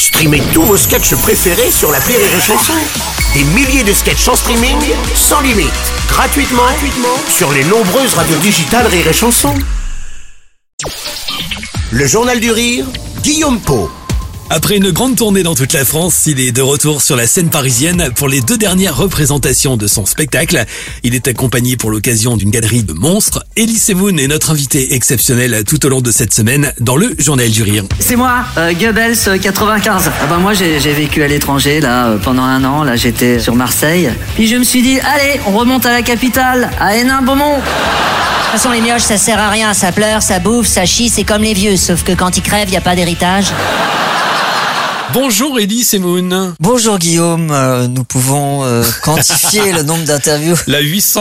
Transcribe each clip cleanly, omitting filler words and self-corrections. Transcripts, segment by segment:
Streamez tous vos sketchs préférés sur l'appli Rire et Chanson. Des milliers de sketchs en streaming, sans limite, gratuitement sur les nombreuses radios digitales Rire et Chanson. Le Journal du Rire, Guillaume Pau. Après une grande tournée dans toute la France, il est de retour sur la scène parisienne pour les 2 dernières représentations de son spectacle. Il est accompagné pour l'occasion d'une galerie de monstres. Elie Semoun est notre invité exceptionnel tout au long de cette semaine dans le Journal du Rire. C'est moi, Goebbels 95. Moi j'ai vécu à l'étranger là pendant 1 an. Là j'étais sur Marseille. Puis je me suis dit, allez, on remonte à la capitale, à Hénin-Beaumont. De toute façon, les mioches, ça sert à rien. Ça pleure, ça bouffe, ça chie, c'est comme les vieux. Sauf que quand ils crèvent, y a pas d'héritage. Bonjour Elie Semoun. Bonjour Guillaume, nous pouvons quantifier le nombre d'interviews. La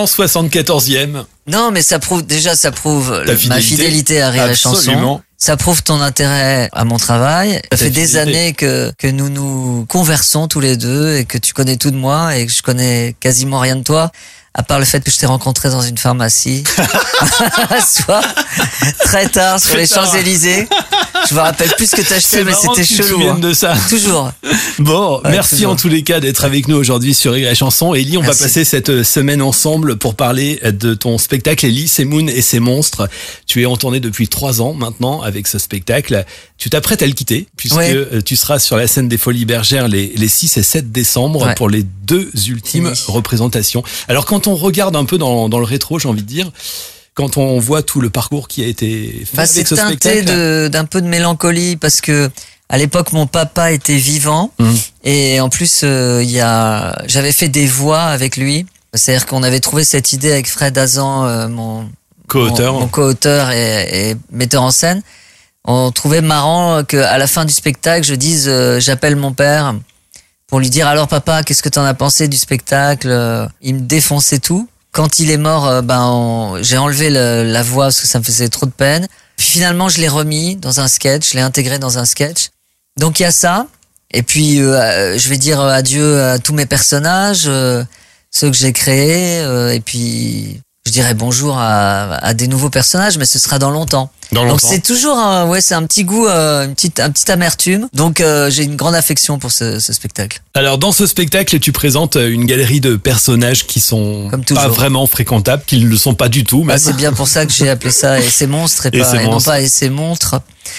874e. Non, mais ça prouve ma fidélité à Rire et Chanson. Ça prouve ton intérêt à mon travail. Ça fait des années que nous nous conversons tous les deux et que tu connais tout de moi et que je connais quasiment rien de toi. À part le fait que je t'ai rencontré dans une pharmacie, soit très tard sur les Champs-Élysées. Je me rappelle plus ce que t'achetais, mais c'était chelou. De ça. Toujours. Bon, ouais, merci toujours. En tous les cas d'être avec nous aujourd'hui sur Rire et Chanson. Elie, on va passer cette semaine ensemble pour parler de ton spectacle Elie Semoun et ses monstres. Tu es en tournée depuis 3 ans maintenant avec ce spectacle. Tu t'apprêtes à le quitter puisque tu seras sur la scène des Folies Bergères les 6 et 7 décembre pour les 2 ultimes représentations. Alors quand on regarde un peu dans le rétro, j'ai envie de dire, quand on voit tout le parcours qui a été fait avec ce spectacle. C'est teinté d'un peu de mélancolie parce que à l'époque mon papa était vivant et en plus j'avais fait des voix avec lui. C'est-à-dire qu'on avait trouvé cette idée avec Fred Hazan, mon co-auteur et metteur en scène. On trouvait marrant qu'à la fin du spectacle, je dise j'appelle mon père pour lui dire alors papa, qu'est-ce que t'en as pensé du spectacle? Il me défonçait tout. Quand il est mort, j'ai enlevé la voix parce que ça me faisait trop de peine. Puis finalement, je l'ai remis dans un sketch, je l'ai intégré dans un sketch. Donc il y a ça. Et puis je vais dire adieu à tous mes personnages, ceux que j'ai créés. Et puis je dirai bonjour à des nouveaux personnages, mais ce sera dans longtemps. Donc c'est toujours c'est un petit goût, un petit amertume. Donc j'ai une grande affection pour ce spectacle. Alors dans ce spectacle, tu présentes une galerie de personnages qui sont pas vraiment fréquentables, qui ne le sont pas du tout. C'est bien pour ça que j'ai appelé ça et ces monstres et non pas et ces montres.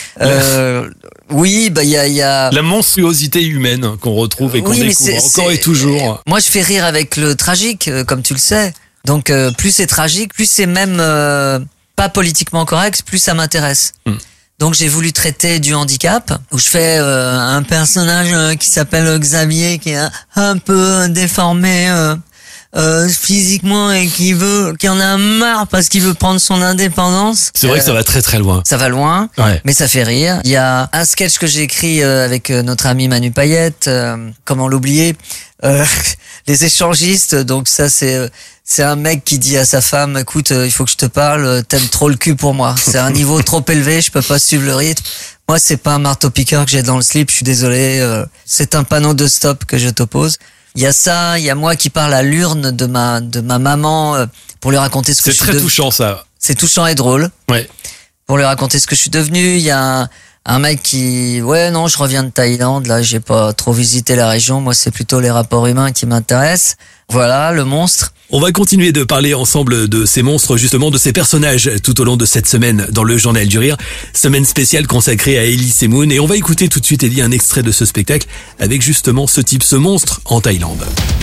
Oui, il y a la monstruosité humaine qu'on retrouve et qu'on découvre encore et toujours. Moi je fais rire avec le tragique, comme tu le sais. Donc plus c'est tragique, plus c'est même pas politiquement correct, plus ça m'intéresse. Donc j'ai voulu traiter du handicap, où je fais un personnage qui s'appelle Xavier, qui est un peu déformé physiquement et qui en a marre parce qu'il veut prendre son indépendance. C'est vrai que ça va très très loin. Ça va loin, mais ça fait rire. Il y a un sketch que j'ai écrit avec notre ami Manu Payette, comment l'oublier, les échangistes. Donc ça c'est un mec qui dit à sa femme, écoute, il faut que je te parle, t'aimes trop le cul pour moi. C'est un niveau trop élevé, je peux pas suivre le rythme. Moi, c'est pas un marteau-piqueur que j'ai dans le slip, je suis désolé. C'est un panneau de stop que je t'oppose. Il y a ça, il y a moi qui parle à l'urne de ma maman pour lui raconter ce que je suis devenu. C'est très touchant, ça. C'est touchant et drôle. Ouais. Pour lui raconter ce que je suis devenu. Il y a un mec qui, non, je reviens de Thaïlande, là, j'ai pas trop visité la région. Moi, c'est plutôt les rapports humains qui m'intéressent. Voilà, le monstre. On va continuer de parler ensemble de ces monstres, justement, de ces personnages tout au long de cette semaine dans le Journal du Rire. Semaine spéciale consacrée à Elie Semoun. Et on va écouter tout de suite, Elie, un extrait de ce spectacle avec justement ce monstre en Thaïlande.